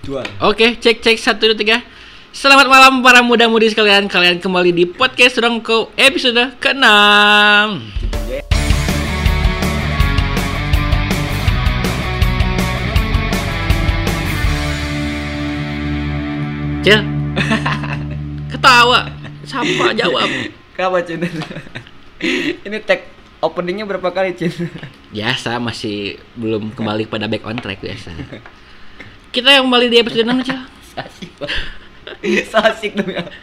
Jual. Oke, cek 1 2 3. Selamat malam para muda-mudi sekalian. Kalian kembali di podcast Rongko episode ke-6. Cil. Ketawa. Siapa jawab? Kapan Cin? Ini tag openingnya berapa kali Cin? Biasa, masih belum kembali pada back on track biasa. Kita yang kembali di episode 6 Cil. Sasik dong ya.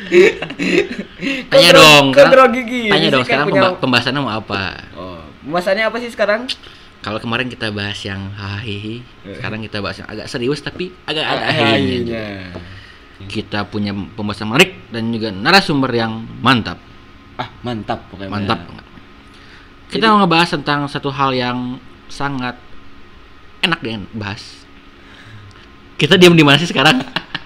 Tanya dong. Tanya dong sekarang pembahasannya mau apa? Oh, pembahasannya apa sih sekarang? Kalau kemarin kita bahas yang hahihi, sekarang kita bahas yang agak serius tapi agak ada hahihinya. Kita punya pembahasan menarik dan juga narasumber yang mantap. Mantap pokoknya. Mantap banget. Kita mau ngebahas tentang satu hal yang sangat enak dibahas. Kita diam di mana sih sekarang?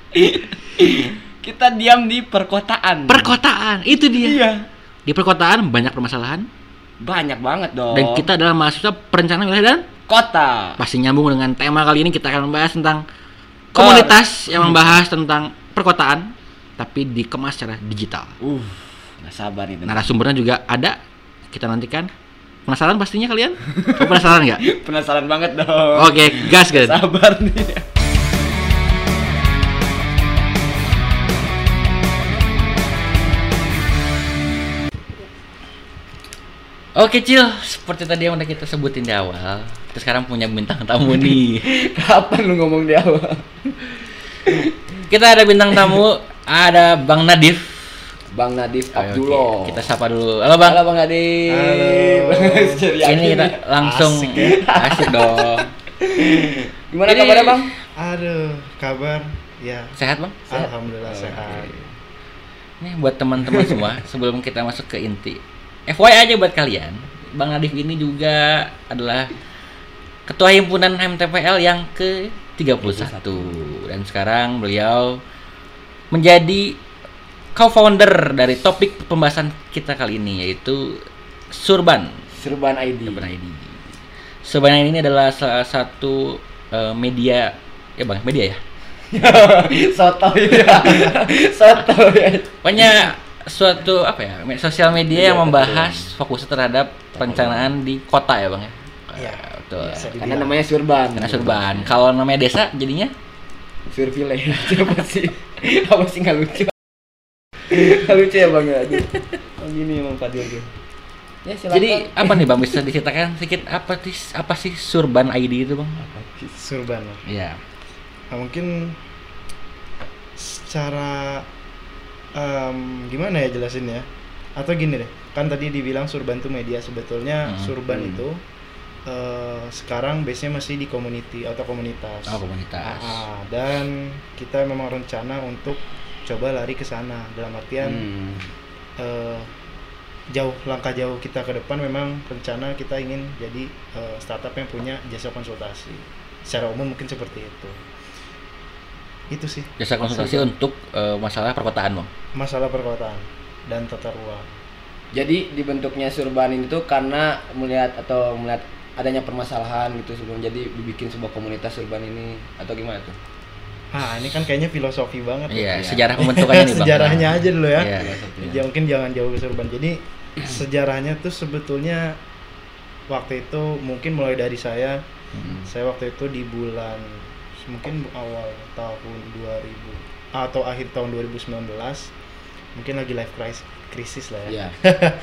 Kita diam di perkotaan. Perkotaan, itu dia. Iya. Di perkotaan banyak permasalahan. Banyak banget dong. Dan kita adalah mahasiswa perencanaan wilayah dan kota. Pasti nyambung dengan tema kali ini. Kita akan membahas tentang komunitas yang membahas tentang perkotaan tapi dikemas secara digital. Nggak sabar nih. Narasumbernya juga ada. Kita nantikan. Penasaran pastinya kalian? Kamu penasaran nggak? Penasaran banget dong. Oke, gas kan? Sabar nih. Oke Cil, seperti tadi yang udah kita sebutin di awal, kita sekarang punya bintang tamu nih. Kapan lu ngomong di awal? Kita ada bintang tamu, ada Bang Nadif. Bang Nadif Abdullah. Kita sapa dulu. Halo Bang. Halo Bang Nadif. Halo. Ini kita langsung asik dong. Gimana kabarnya Bang? Aduh, kabar ya. Sehat Bang? Alhamdulillah sehat. Nih buat teman-teman semua, sebelum kita masuk ke inti, FYI aja buat kalian, Bang Nadif ini juga adalah Ketua Himpunan HMTPL yang ke-31. Dan sekarang beliau menjadi co-founder dari topik pembahasan kita kali ini, yaitu Surban ID. Surban ID ini adalah salah satu media, ya Bang, media ya? Soto ya. Pokoknya suatu sosial media yang membahas fokusnya terhadap perencanaan di kota ya Bang ya. Iya, betul. Karena namanya Surban. Kalau namanya desa jadinya Surville. Apa sih nggak lucu? Nggak lucu ya Bang ya. Gini emang Fadil tuh. Ya silakan. Jadi apa nih Bang, bisa diceritakan sedikit apa sih Surban ID itu Bang? Surban. Iya. Nah, mungkin secara gimana ya jelasin ya? Atau gini deh, kan tadi dibilang Surban itu media, sebetulnya Surban itu sekarang base-nya masih di community atau komunitas. Komunitas. Dan kita memang rencana untuk coba lari ke sana, dalam artian langkah jauh kita ke depan memang rencana kita ingin jadi startup yang punya jasa konsultasi. Secara umum mungkin seperti itu. Itu sih. Jasa konsultasi untuk masalah perkotaan Bang. Masalah perkotaan dan tata ruang. Jadi dibentuknya Surban itu karena melihat adanya permasalahan gitu sebelum jadi dibikin sebuah komunitas Surban ini atau gimana tuh? Ini kan kayaknya filosofi banget. Iya, sejarah pembentukannya nih Bang. Sejarahnya aja dulu ya. Iya, mungkin jangan jauh ke Surban. Jadi sejarahnya tuh sebetulnya waktu itu mungkin mulai dari saya. Saya waktu itu di bulan mungkin awal tahun 2000 atau akhir tahun 2019 mungkin lagi life crisis lah ya.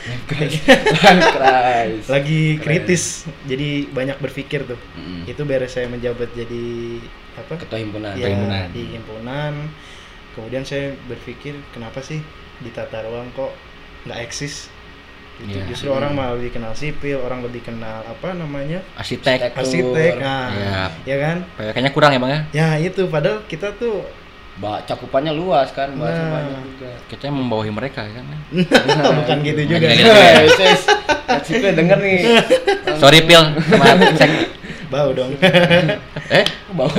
Lagi kritis, jadi banyak berpikir tuh. Itu beres saya menjabat jadi ketua himpunan. Ya, di himpunan. Kemudian saya berpikir kenapa sih di tata ruang kok nggak eksis gitu. Justru orang malah lebih kenal sipil, orang lebih kenal arsitek. Ya kan? Kayaknya kurang ya Bang ya? Ya itu, padahal kita tuh cakupannya luas kan, banyak juga. Kita yang membawahi mereka kan? Bukan gitu juga. Sipil denger nih. Sorry Pil, bau dong. Bau.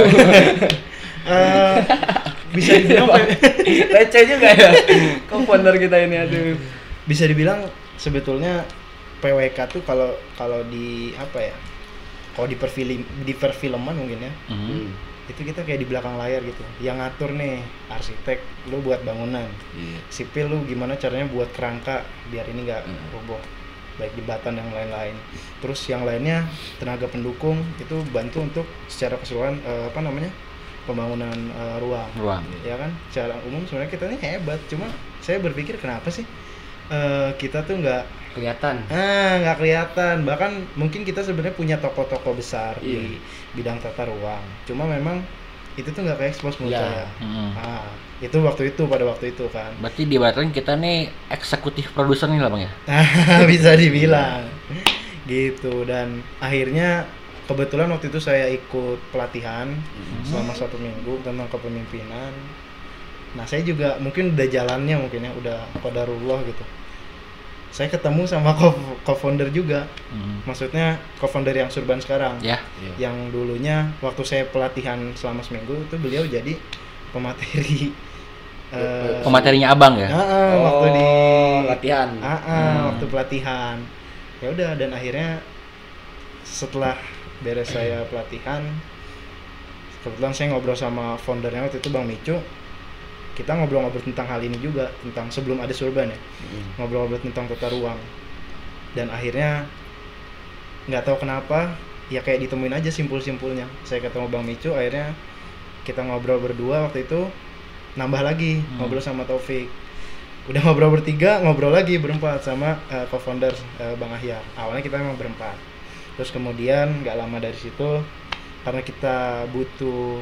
Bisa dibilang receh juga ya. Co-founder kita ini, aduh. Bisa dibilang sebetulnya PWK tuh kalau di di perfilman mungkin ya. itu kita kayak di belakang layar gitu, yang ngatur nih arsitek lu buat bangunan, sipil lu gimana caranya buat kerangka biar ini nggak roboh, baik jembatan dan lain-lain. Terus yang lainnya tenaga pendukung itu bantu untuk secara keseluruhan pembangunan ruang. Ya kan, secara umum sebenarnya kita ini hebat, cuma saya berpikir kenapa sih kita tuh nggak kelihatan. Bahkan mungkin kita sebenarnya punya toko-toko besar di bidang tata ruang, cuma memang itu tuh nggak ke-expose menurut saya. Itu pada waktu itu kan. Berarti diibaratkan kita nih eksekutif produser nih lah Bang ya. Bisa dibilang gitu. Dan akhirnya kebetulan waktu itu saya ikut pelatihan selama 1 minggu tentang kepemimpinan. Nah, saya juga mungkin udah jalannya udah qadarullah gitu. Saya ketemu sama co-founder juga. Maksudnya co-founder yang Surban sekarang. Yang dulunya waktu saya pelatihan selama seminggu itu beliau jadi pemateri pematerinya Abang ya? Waktu di latihan. Waktu pelatihan. Ya udah, dan akhirnya setelah beres saya pelatihan, kebetulan saya ngobrol sama foundernya waktu itu Bang Micu. Kita ngobrol-ngobrol tentang hal ini juga, tentang sebelum ada Surban ya, ngobrol-ngobrol tentang tata ruang. Dan akhirnya nggak tahu kenapa, ya kayak ditemuin aja simpul-simpulnya. Saya ketemu Bang Micu, akhirnya kita ngobrol berdua waktu itu, nambah lagi ngobrol sama Taufik. Udah ngobrol bertiga, ngobrol lagi berempat sama co-founder Bang Ahyar. Awalnya kita memang berempat. Terus kemudian nggak lama dari situ, karena kita butuh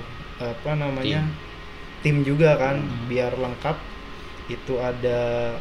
tim juga kan, biar lengkap. Itu ada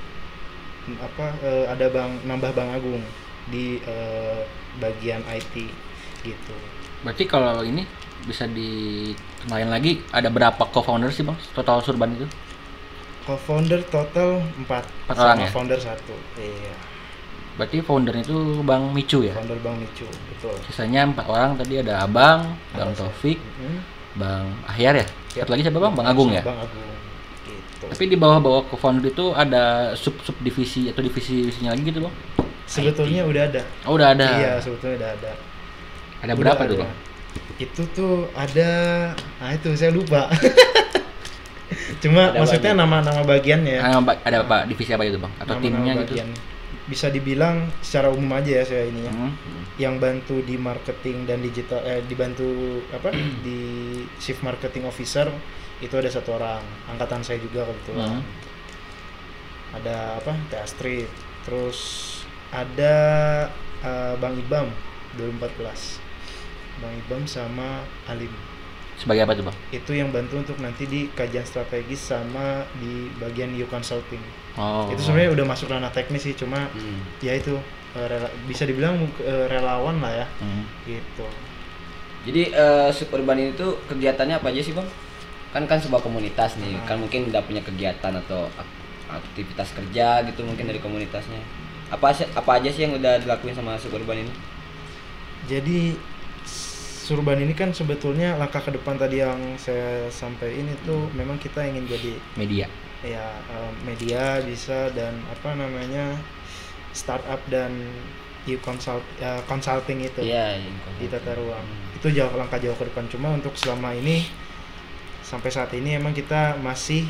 nambah Bang Agung di bagian IT gitu. Berarti kalau ini bisa dikenalin lagi, ada berapa co-founder sih Bang total Surban itu? Co-founder total 4 orang sama ya? founder 1. Iya. Berarti founder itu Bang Micu ya? Founder Bang Micu, betul. Sisanya 4 orang tadi, ada Abang, Bang Taufik, Bang Ahyar ya? Satu lagi siapa Bang? Bang Agung ya? Bang Agung. Gitu. Tapi di bawah co-founder itu ada sub divisi atau divisinya lagi gitu Bang? Sebetulnya udah ada. Oh, udah ada. Iya, sebetulnya udah ada. Ada berapa tuh Bang? Itu tuh ada, itu saya lupa. Cuma ada maksudnya nama-nama bagiannya. Ada apa? Divisi apa itu Bang? Atau timnya gitu? Bisa dibilang secara umum aja ya saya ininya. Yang bantu di marketing dan digital, dibantu di chief marketing officer itu ada 1 orang, angkatan saya juga kebetulan. Ada Teh Astrid, terus ada Bang Ibam 2014, Bang Ibam sama Alim. Sebagai apa tuh Bang? Itu yang bantu untuk nanti di kajian strategis sama di bagian new consulting. Itu sebenarnya udah masuk ranah teknis sih, cuma ya itu bisa dibilang relawan lah ya. Gitu. Jadi Surban ini tuh kegiatannya apa aja sih Bang? Kan sebuah komunitas nih, kan mungkin udah punya kegiatan atau aktivitas kerja gitu mungkin dari komunitasnya. Apa aja sih yang udah dilakuin sama Surban ini? Jadi Surban ini kan sebetulnya langkah ke depan tadi yang saya sampaikan itu memang kita ingin jadi media. Ya, media bisa, dan startup dan consulting itu di tata ruang. Itu langkah jauh ke depan. Cuma untuk selama ini sampai saat ini emang kita masih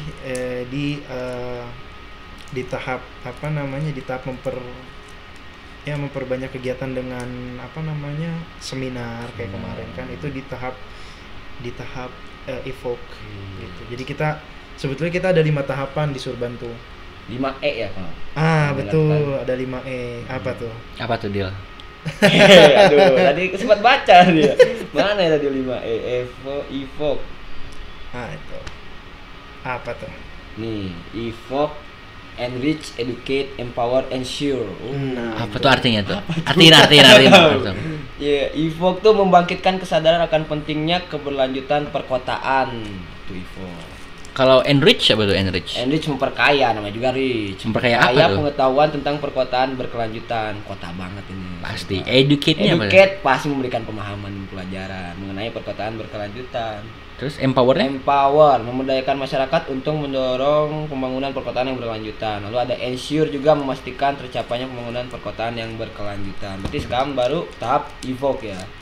di tahap di tahap memperbanyak kegiatan dengan seminar kayak kemarin kan, itu di tahap evoke gitu. Jadi sebetulnya kita ada 5 tahapan di Surban tuh. 5E ya Pak? Betul, ada 5E. Apa tuh? Apa tuh Dil? Aduh, tadi sempat baca dia. Mana ya tadi 5E? Evoke. Itu. Apa tuh? Nih, evoke, enrich, educate, empower, ensure. Apa tuh artinya tuh? Artinya. Ya, evoke tuh membangkitkan kesadaran akan pentingnya keberlanjutan perkotaan. Itu evoke. Kalau enrich apa tuh enrich? Enrich memperkaya, namanya juga rich. Memperkaya apa tuh? Pengetahuan tentang perkotaan berkelanjutan. Kota banget ini. Pasti. Educate-nya apa? Educate pasti memberikan pemahaman pelajaran mengenai perkotaan berkelanjutan. Terus empower-nya? Empower, memudayakan masyarakat untuk mendorong pembangunan perkotaan yang berkelanjutan. Lalu ada ensure, juga memastikan tercapainya pembangunan perkotaan yang berkelanjutan. Berarti sekarang baru tahap evoke ya.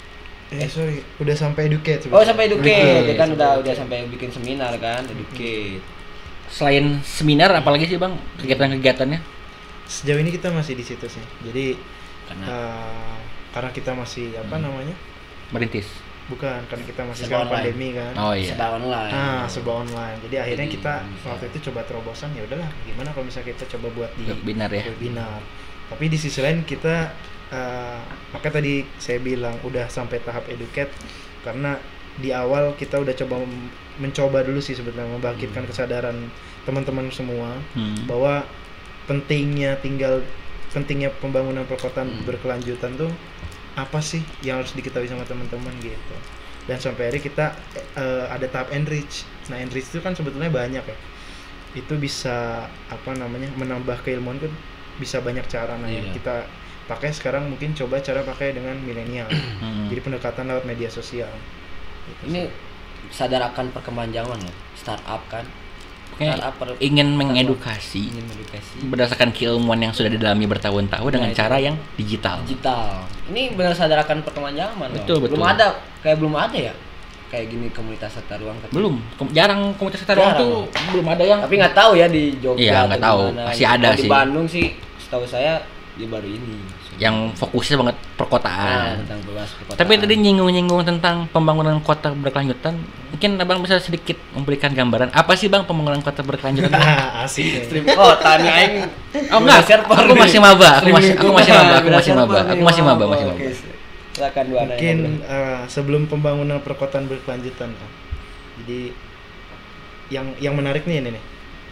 Sorry, udah sampai educate Oh, sebenarnya. sampai educate. Educate. Ya kan udah sampai bikin seminar kan, educate. Selain seminar apalagi sih Bang kegiatan-kegiatannya? Sejauh ini kita masih di situ sih. Jadi Karena karena kita masih apa namanya? Merintis. Bukan, karena kita masih Serba sekarang online. pandemi kan. Oh iya. serba online. Serba online. Jadi akhirnya Jadi kita bisa. waktu itu coba terobosan, ya udahlah, gimana kalau misalnya kita coba buat di Webinar ya. webinar. Tapi di sisi lain kita makanya tadi saya bilang udah sampai tahap educate karena di awal kita udah coba mencoba dulu sih sebetulnya membangkitkan kesadaran teman-teman semua bahwa pentingnya pembangunan perkotaan berkelanjutan tuh apa sih yang harus diketahui sama teman-teman gitu. Dan sampai akhirnya kita ada tahap enrich. Nah, enrich itu kan sebetulnya banyak ya. Itu bisa apa namanya? Menambah keilmuan kan bisa banyak cara. Nah, yang Iya. kita pakai sekarang mungkin coba cara pakai dengan milenial. Jadi pendekatan lewat media sosial. Gitu Ini sadar akan perkembangan zaman loh. Startup kan. Oke, ingin mengedukasi Ingin edukasi. berdasarkan keilmuan yang sudah didalami bertahun-tahun dengan itu. cara yang digital. Digital. Ini benar sadar akan perkembangan zaman loh. Betul, betul. Belum ada ya. Kayak gini komunitas tata ruang tapi- Belum, jarang komunitas tata ruang Jarang. tuh belum ada yang Tapi nggak tahu ya di Jogja Iya, nggak atau tahu. di mana. Pasti Kalau ada di sih. Bandung sih setahu saya dia baru ini. yang fokusnya banget perkotaan. Tentang bebas perkotaan. Tapi tadi nyinggung-nyinggung tentang pembangunan kota berkelanjutan. Mungkin Abang bisa sedikit memberikan gambaran apa sih Bang pembangunan kota berkelanjutan? Asik ya. strip kota nih aing. Oh enggak, server aku nih. masih maba, aku Stream masih lingkungan, maba, aku beda masih server maba, nih, aku masih maba, masih Oke, maba. silakan dua Mungkin sebelum pembangunan perkotaan berkelanjutan, Pak. Jadi yang menarik nih ini nih.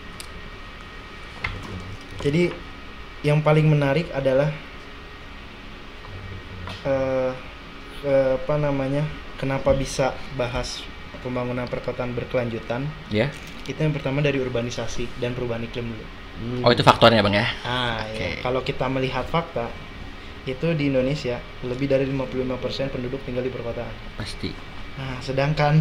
Jadi yang paling menarik adalah apa namanya? Kenapa bisa bahas pembangunan perkotaan berkelanjutan? Ya. Itu yang pertama dari urbanisasi dan perubahan iklim dulu. Oh itu faktornya Bang ya. Ya. Kalau kita melihat fakta, itu di Indonesia lebih dari 55% penduduk tinggal di perkotaan. Pasti. Nah, sedangkan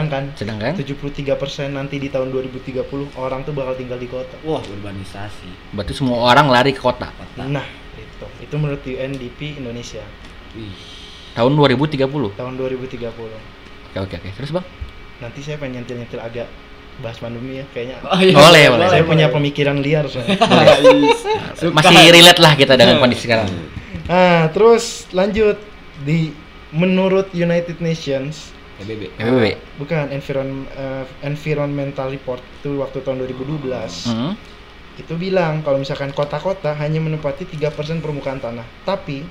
73% nanti di tahun 2030 orang tuh bakal tinggal di kota. Wah, urbanisasi. Berarti semua orang lari ke kota. Nah, itu menurut UNDP Indonesia Wih. Tahun 2030. tahun 2030. Oke. Terus Bang? Nanti saya pengen nyentil agak bahas pandemi ya kayaknya. Boleh. Saya punya pemikiran liar soalnya. Masih relate lah kita dengan kondisi sekarang. Nah, terus lanjut menurut United Nations PBB. PBB. bukan environmental report itu waktu tahun 2012 itu bilang kalau misalkan kota-kota hanya menempati 3% permukaan tanah, tapi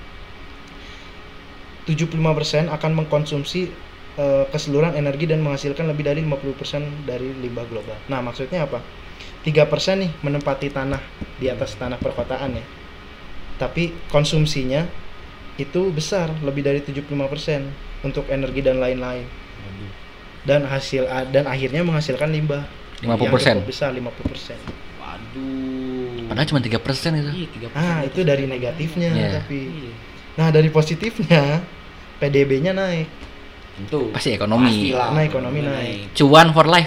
75% akan mengkonsumsi keseluruhan energi dan menghasilkan lebih dari 50% dari limbah global. Nah, maksudnya apa? 3% nih menempati tanah di atas tanah perkotaan ya. Tapi konsumsinya itu besar, lebih dari 75% untuk energi dan lain-lain. Dan akhirnya menghasilkan limbah 50%. yang cukup besar, 50%. Waduh. Padahal cuma 3% itu. Iya, 3%. Itu dari negatifnya, Iya. tapi Iya. nah dari positifnya PDB-nya naik. Tentu. Pasti ekonomi. Pastilah, Nah, ekonomi naik. Cuan for life.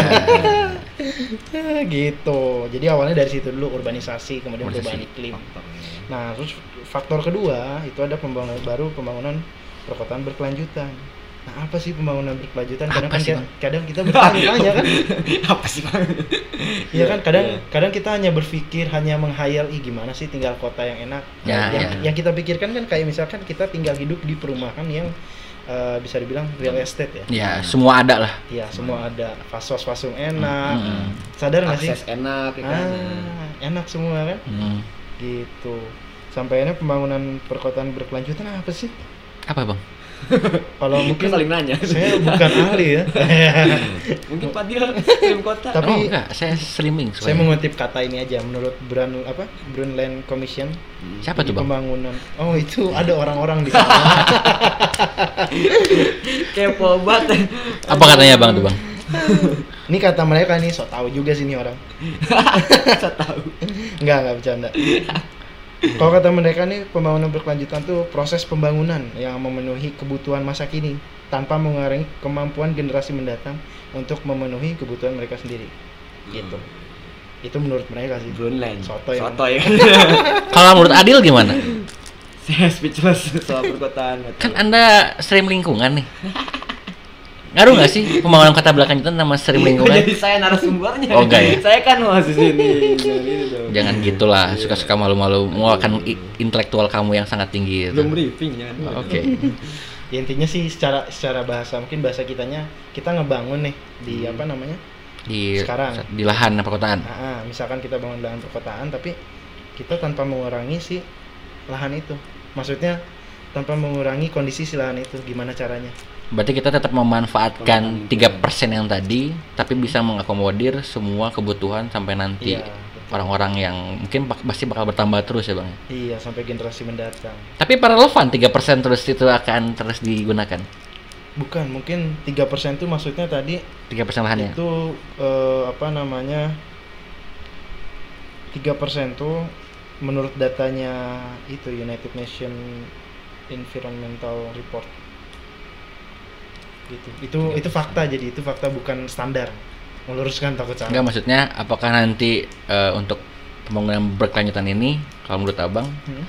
Gitu. Jadi awalnya dari situ dulu urbanisasi, kemudian Urbanisasi. perubahan iklim. Nah, terus faktor kedua itu ada pembangunan perkotaan berkelanjutan. Nah, apa sih pembangunan berkelanjutan? Apa sih, Bang? Kadang kita bertanya-tanya kan. Apa sih, Bang? Iya kan kadang kita hanya berpikir, hanya menghayal gimana sih tinggal kota yang enak. Ya, yang kita pikirkan kan kayak misalkan kita tinggal hidup di perumahan yang bisa dibilang real estate ya. Ya, semua ada lah. Iya, semua ada. Fasos-fasung enak. Hmm. Sadar nggak sih? Akses enak ya kan. Enak semua kan? Hmm. Gitu. Sampai akhirnya pembangunan perkotaan berkelanjutan apa sih? Apa Bang? Kalau mungkin saling nanya. saya bukan ahli ya. Mungkin Pak Dia film kota. Tapi- Oh, enggak, saya streaming Saya supaya. mengutip kata ini aja menurut Brundtland Commission. Siapa tuh Jadi Bang? pembangunan. Oh, itu ada orang-orang di sana. Kepo banget. Apa katanya Bang tuh Bang? Ini kata mereka nih, so tahu juga sih nih orang. Saya tahu. Enggak bercanda. Kalau kata mereka nih, pembangunan berkelanjutan tuh proses pembangunan yang memenuhi kebutuhan masa kini tanpa mengurangi kemampuan generasi mendatang untuk memenuhi kebutuhan mereka sendiri. Gitu. Itu menurut mereka sih. Brunland. Sotoy. Sotoy. Kalau menurut Adil gimana? Saya speechless soal perkotaan. Kan Anda stream lingkungan nih. Ngaruh nggak sih pembangunan kota berkelanjutan nama stream lingkungan? Jadi saya narasumbernya. Oh, enggak ya? Saya kan mahasiswa ini. Jangan gitulah, suka-suka malu-malu mengeluarkan intelektual kamu yang sangat tinggi itu. Belum briefing ya. Oke. Ya, intinya sih secara bahasa, mungkin bahasa kitanya kita ngebangun nih di apa namanya? Sekarang. Di lahan perkotaan. Misalkan kita bangun lahan perkotaan tapi kita tanpa mengurangi si lahan itu. Maksudnya tanpa mengurangi kondisi si lahan itu, gimana caranya? Berarti kita tetap memanfaatkan 3% yang tadi, tapi bisa mengakomodir semua kebutuhan sampai nanti Iya, orang-orang yang mungkin pasti bakal bertambah terus ya Bang. Iya, sampai generasi mendatang. Tapi para relevan 3% terus itu akan terus digunakan. Bukan, mungkin 3% itu maksudnya tadi 3% lahannya. itu apa namanya? 3% tuh menurut datanya itu United Nations Environmental Report. Gitu. Itu fakta, jadi itu fakta bukan standar. Meluruskan takut salah. Enggak, maksudnya apakah nanti untuk pembangunan berkelanjutan ini kalau menurut Abang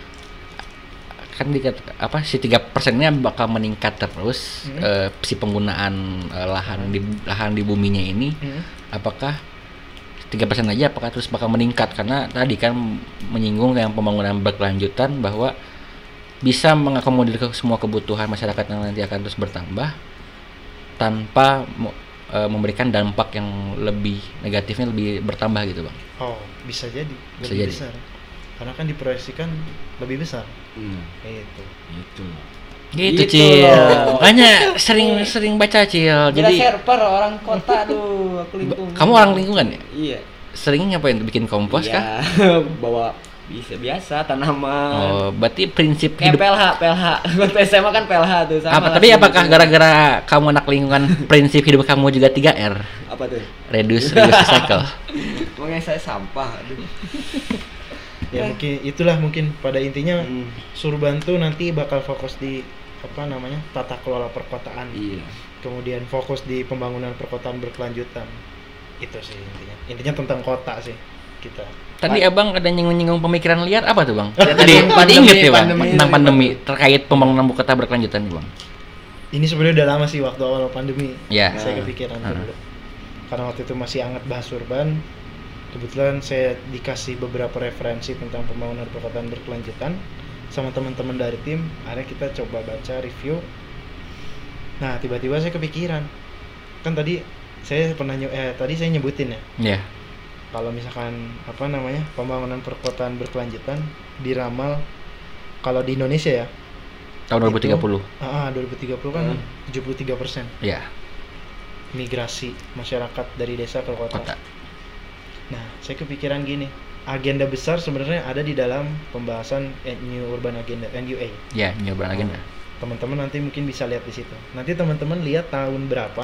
kan si 3%-nya bakal meningkat terus si penggunaan lahan di buminya ini apakah 3% aja apakah terus bakal meningkat, karena tadi kan menyinggung yang pembangunan berkelanjutan bahwa bisa mengakomodir ke semua kebutuhan masyarakat yang nanti akan terus bertambah tanpa memberikan dampak yang lebih negatifnya lebih bertambah gitu Bang. Oh, bisa jadi Bisa lebih jadi. besar. Karena kan diproyeksikan lebih besar. Itu. Gitu Gitu Cil. loh. Makanya sering baca Cil. Jadi Jadi server orang kota tuh, aku lingkungan. kamu orang lingkungan ya? Iya. Sering ngapain? Bikin kompos kah? Iya. Bawa biasa tanaman. Oh, berarti prinsip Kayak hidup PLH. Waktu SMA kan PLH tuh sama. apa? Tapi apakah gara-gara kamu anak lingkungan prinsip hidup kamu juga 3R? apa tuh? Reduce, recycle. Makanya saya sampah. Aduh. Ya mungkin pada intinya Hmm. Surbantu nanti bakal fokus di apa namanya? Tata kelola perkotaan. Iya. Kemudian fokus di pembangunan perkotaan berkelanjutan. Itu sih intinya. Intinya tentang kota sih kita. Tadi Abang ada nyinggung pemikiran liar apa tuh Bang? Ya, Tadi pandemi, inget ya Bang pandemi. tentang pandemi terkait pembangunan ibu kota berkelanjutan nih Bang. Ini sebenarnya udah lama sih waktu awal pandemi. Ya. Saya kepikiran dulu. Karena waktu itu masih hangat bahas urban. Kebetulan saya dikasih beberapa referensi tentang pembangunan perkotaan berkelanjutan sama teman-teman dari tim. Akhirnya kita coba baca review. Nah, tiba-tiba saya kepikiran. Kan tadi saya tadi saya nyebutin ya. Iya. Kalau misalkan apa namanya? Pembangunan perkotaan berkelanjutan diramal kalau di Indonesia ya. Tahun 2030. 2030 kan 73% Iya, migrasi masyarakat dari desa ke kota. Nah, saya kepikiran gini, agenda besar sebenarnya ada di dalam pembahasan New Urban Agenda (NUA). Iya, nyoba agenda. Teman-teman nanti mungkin bisa lihat di situ. Nanti teman-teman lihat tahun berapa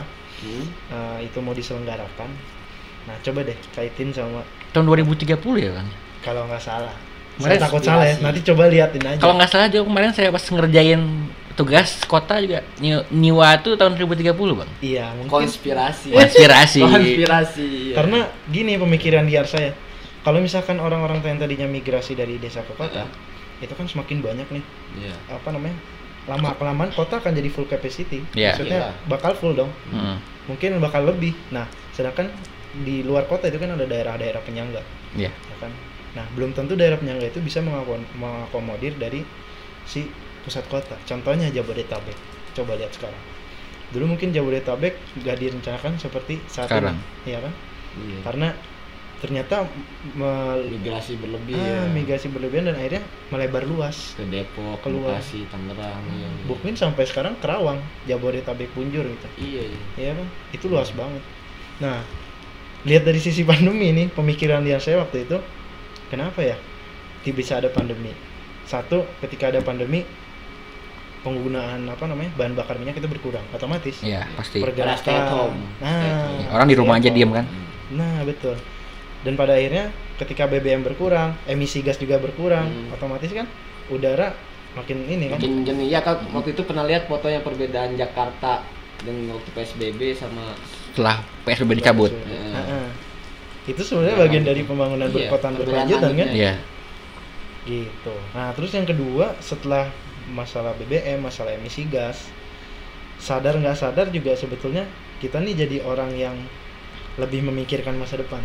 itu mau diselenggarakan. Nah, coba deh kaitin sama Tahun 2030 ya Bang. kalau nggak salah. Kemarin Saya takut salah ya. Nanti coba liatin aja. Kalau nggak salah juga kemarin saya pas ngerjain tugas kota juga Niwa tuh tahun 2030 Bang. Iya, mungkin Konspirasi. Konspirasi. Konspirasi. Iya. karena gini pemikiran liar saya. Kalau misalkan orang-orang yang tadinya migrasi dari desa ke kota, itu kan semakin banyak nih. Iya. Apa namanya? Lama-kelamaan kota akan jadi full capacity. Iya. Maksudnya bakal full dong. Mungkin bakal lebih. Nah, sedangkan di luar kota itu kan ada daerah-daerah penyangga, Iya. ya kan? Nah, belum tentu daerah penyangga itu bisa mengakomodir dari si pusat kota. Contohnya Jabodetabek. Coba lihat sekarang. Dulu mungkin Jabodetabek nggak direncanakan seperti saat Sekarang. ini, ya kan? Iya. Karena ternyata Migrasi berlebih ya. migrasi berlebihan dan akhirnya melebar luas. Ke Depok, Keluar. Bekasi, Tangerang. Iya. Mungkin sampai sekarang Kerawang, Jabodetabek punjur gitu. Iya. Iya kan? Itu luas banget. Nah, lihat dari sisi pandemi nih, pemikiran liar saya waktu itu, kenapa ya bisa ada pandemi? Satu, ketika ada pandemi, penggunaan bahan bakar minyak itu berkurang, otomatis. Iya, pasti. Stay at home. Nah, Orang di rumah aja stay at diem home. kan. Nah, betul. Dan pada akhirnya, ketika BBM berkurang, emisi gas juga berkurang, otomatis kan udara makin ini kan. Makin jernih. Ya, Kak, waktu itu pernah lihat fotonya perbedaan Jakarta dengan waktu PSBB sama Setelah PSBB dicabut. Itu sebenarnya bagian dari pembangunan Iya, perkotaan perbedaan berkelanjutan kan. langitnya. Iya. Gitu. Nah, terus yang kedua, setelah masalah BBM, masalah emisi gas, sadar nggak sadar juga sebetulnya kita nih jadi orang yang lebih memikirkan masa depan.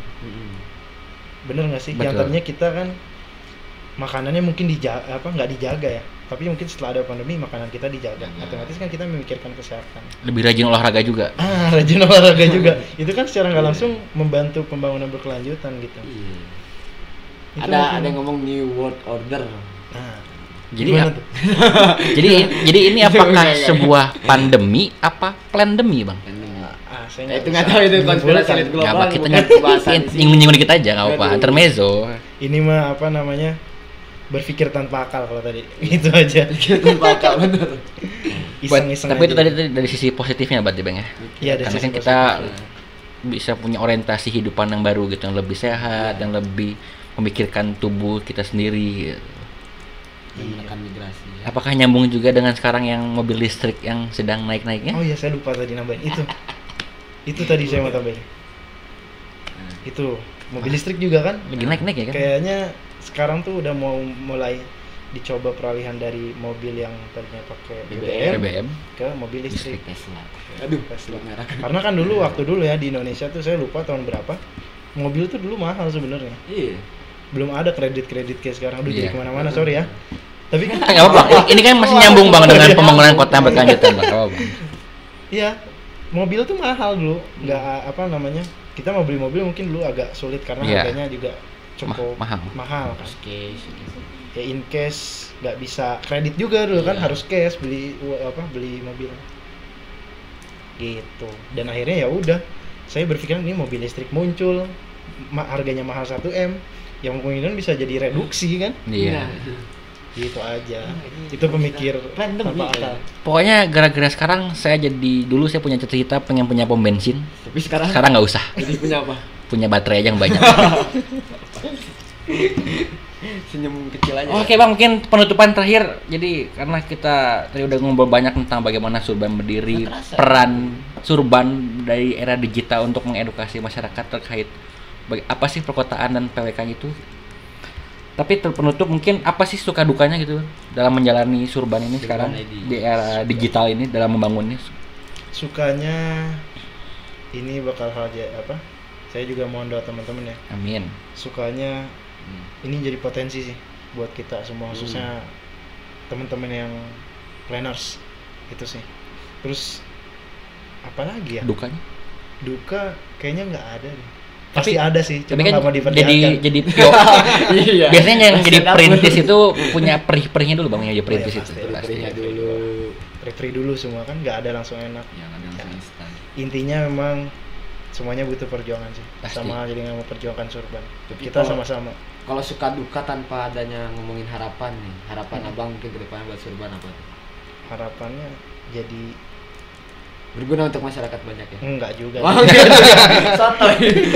Bener nggak sih? Betul. Yang tadinya kita kan makanannya mungkin nggak dijaga ya, tapi mungkin setelah ada pandemi makanan kita dijaga. Otomatis kan kita memikirkan kesehatan. Lebih rajin olahraga juga. Rajin olahraga juga. Itu kan secara nggak langsung membantu pembangunan berkelanjutan gitu. Itu Ada yang ngomong New World Order. Nah, Jadi gimana tuh? jadi ini apakah Enggak. sebuah pandemi apa plandemi, Bang? Saya Itu nggak tahu itu konspirasi elit global. Enggak apa kita bukan pembahasan di sini. nyinggung dikit aja enggak apa-apa. Aduh. Intermezzo. Ini mah apa namanya? Berpikir tanpa akal kalau tadi. Itu aja. Bakal bener. Iseng-iseng Tapi aja. itu tadi dari sisi positifnya berarti, Bang ya. Iya, dari Karena sisi kan kita positif. bisa punya orientasi hidupan yang baru gitu, yang lebih sehat, yang lebih memikirkan tubuh kita sendiri gitu. Dan menekan migrasi. Apakah nyambung juga dengan sekarang yang mobil listrik yang sedang naik-naiknya? Oh iya, saya lupa tadi nambahin itu. Itu tadi saya mau tambahin. Itu mobil listrik juga kan? Lagi naik-naik ya kan? Kayaknya sekarang tuh udah mau mulai dicoba peralihan dari mobil yang tadinya pakai BBM BBM. ke mobil listrik. Tesla. Aduh, Tesla. merah. Karena kan dulu waktu dulu ya di Indonesia tuh saya lupa tahun berapa, mobil tuh dulu mahal sebenarnya. Iya. Belum ada kredit kayak sekarang. Aduh, jadi Iya. kemana-mana, sorry ya. Tapi kan Enggak apa-apa. Ini kan masih nyambung Bang dengan pembangunan kota berkelanjutan, Bang. Nggak apa-apa. iya, mobil tuh mahal dulu. Nggak apa namanya, kita mau beli mobil mungkin dulu agak sulit karena Iya. harganya juga cukup mahal. kan. Case gitu. Ya in cash nggak bisa kredit juga dulu kan, Iya. harus cash beli mobil gitu. Dan akhirnya ya udah, saya berpikir ini mobil listrik muncul, harganya mahal 1M, yang kemungkinan bisa jadi reduksi kan, Iya. gitu aja. Itu pemikir Random tanpa nih, akal. Pokoknya gara-gara sekarang saya jadi dulu saya punya cita-cita pengen punya pom bensin. Tapi sekarang Sekarang nggak usah. jadi punya apa? Punya baterai aja yang banyak. Senyum kecil aja. Oke Bang, mungkin penutupan terakhir. Jadi karena kita tadi udah ngobrol banyak tentang bagaimana Surban berdiri, Nggak terasa. peran Surban dari era digital untuk mengedukasi masyarakat terkait apa sih perkotaan dan PWK itu. Tapi penutup mungkin apa sih suka dukanya gitu dalam menjalani Surban ini sekarang ID. di era digital ini dalam membangunnya. Sukanya ini bakal saya juga mohon doa teman-teman ya. Amin. Sukanya ini jadi potensi sih buat kita semua, khususnya teman-teman yang planners itu sih. Terus apa lagi ya? Dukanya. Duka kayaknya nggak ada deh. Tapi- Pasti ada sih, Tapi cuma kan nggak mau diperlihatkan. jadi Iya. biasanya yang Masih jadi ada perintis pun. itu punya perih-perihnya dulu Bang, yang jadi perintis Oh, iya, itu pasti. pasti. Perihnya dulu. Free dulu semua kan, nggak ada langsung enak. Yang ada langsung instan. Intinya memang semuanya butuh perjuangan sih. Pasti. Sama jadi nggak mau perjuangkan Surban. Tapi Kita kalau- sama-sama. Kalau suka duka tanpa adanya ngomongin harapan nih, harapan abang mungkin ke depannya buat Surban apa tuh? Harapannya jadi Berguna untuk masyarakat banyak ya? enggak juga. Wah, enggak. Sotoy.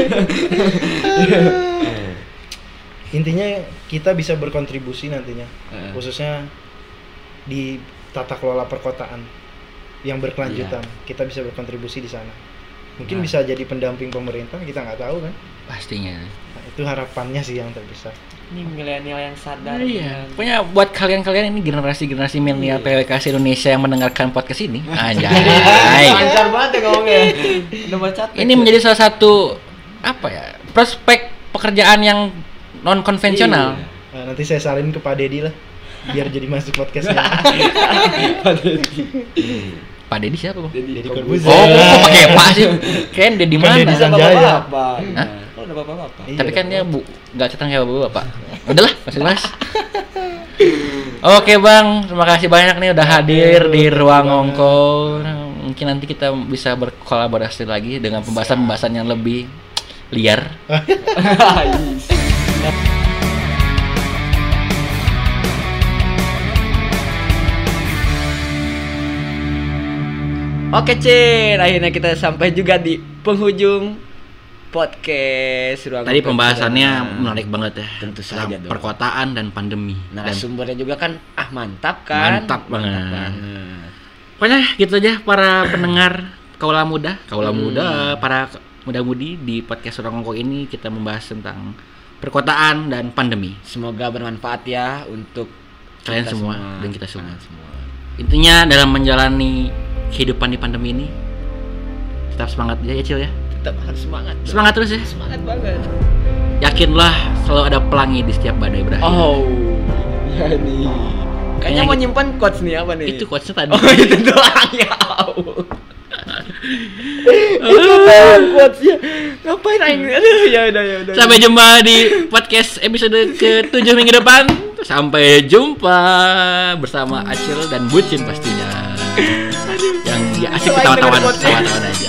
Intinya kita bisa berkontribusi nantinya, Heeh. khususnya di tata kelola perkotaan yang berkelanjutan. Kita bisa berkontribusi di sana. Mungkin Nah. bisa jadi pendamping pemerintah, kita nggak tahu kan. Pastinya. Nah, itu harapannya sih yang terbesar. Ini milenial yang sadar. Iya. Pokoknya buat kalian-kalian ini generasi-generasi milenial PWK Indonesia yang mendengarkan podcast ini, anjay. Lancar banget ya ngomongnya. Udah baca. Ini menjadi salah satu apa ya? Prospek pekerjaan yang non konvensional. Nah, nanti saya salin ke Pak Dedi lah, biar jadi masuk podcastnya. Pak Dedi siapa, Bang? Deddy Corbuzier. Oh, kok pakai Pak sih? Kayaknya Dedi Bukan mana? Deddy Bisa Sanjaya. bapak-bapak. Hah? Oh, udah bapak-bapak. Iya, Tapi kan dong. dia nggak centang kayak bapak. Udahlah, masih mas. Oke Bang, terima kasih banyak nih udah hadir di ruang ngongko. Mungkin nanti kita bisa berkolaborasi lagi dengan pembahasan-pembahasan yang lebih liar. Oke Cin, akhirnya kita sampai juga di penghujung podcast Ruang Tadi Ngoko pembahasannya Perdana. menarik banget ya. Tentu saja Tentang dong. perkotaan dan pandemi. Dan Narasumbernya juga kan mantap kan? Mantap banget. banget. pokoknya gitu aja para pendengar kaula muda, para muda-mudi di podcast Ruang Ngoko ini kita membahas tentang perkotaan dan pandemi. Semoga bermanfaat ya untuk Kalian kita semua dan kita semua. Kalian semua. Intinya dalam menjalani kehidupan di pandemi ini tetap semangat ya Cil ya. Tetap harus semangat. Semangat terus ya. Semangat banget. Yakinlah selalu ada pelangi di setiap badai berakhir. Oh, ya nih. Kayaknya mau nyimpan quotes nih apa nih? Itu quotesnya tadi. Oh, itu doang ya. Itu doang quotesnya. Ngapain aing? Aduh, ya udah. Sampai jumpa di podcast episode ke-7 minggu depan. Sampai jumpa bersama Acil dan Bucin pastinya. Yang ya asik ketawa-tawa aja.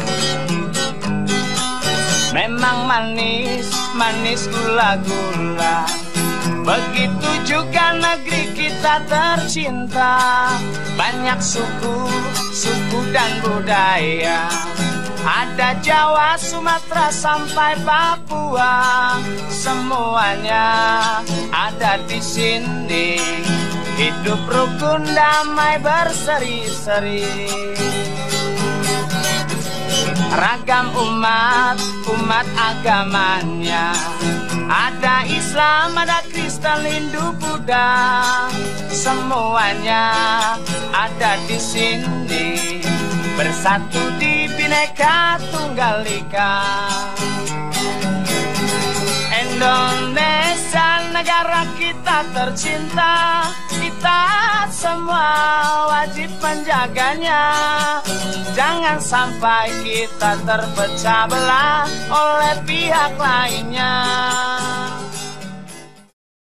Memang manis gula-gula. Begitu juga negeri kita tercinta. Banyak suku dan budaya. Ada Jawa, Sumatera sampai Papua. Semuanya ada di sini. Hidup rukun damai berseri-seri. Ragam umat agamanya. Ada Islam, ada Kristen, Hindu, Buddha. Semuanya ada di sini. Bersatu di Bhinneka Tunggal Ika. Indonesia negara kita tercinta. Kita semua wajib menjaganya. Jangan sampai kita terpecah belah oleh pihak lainnya.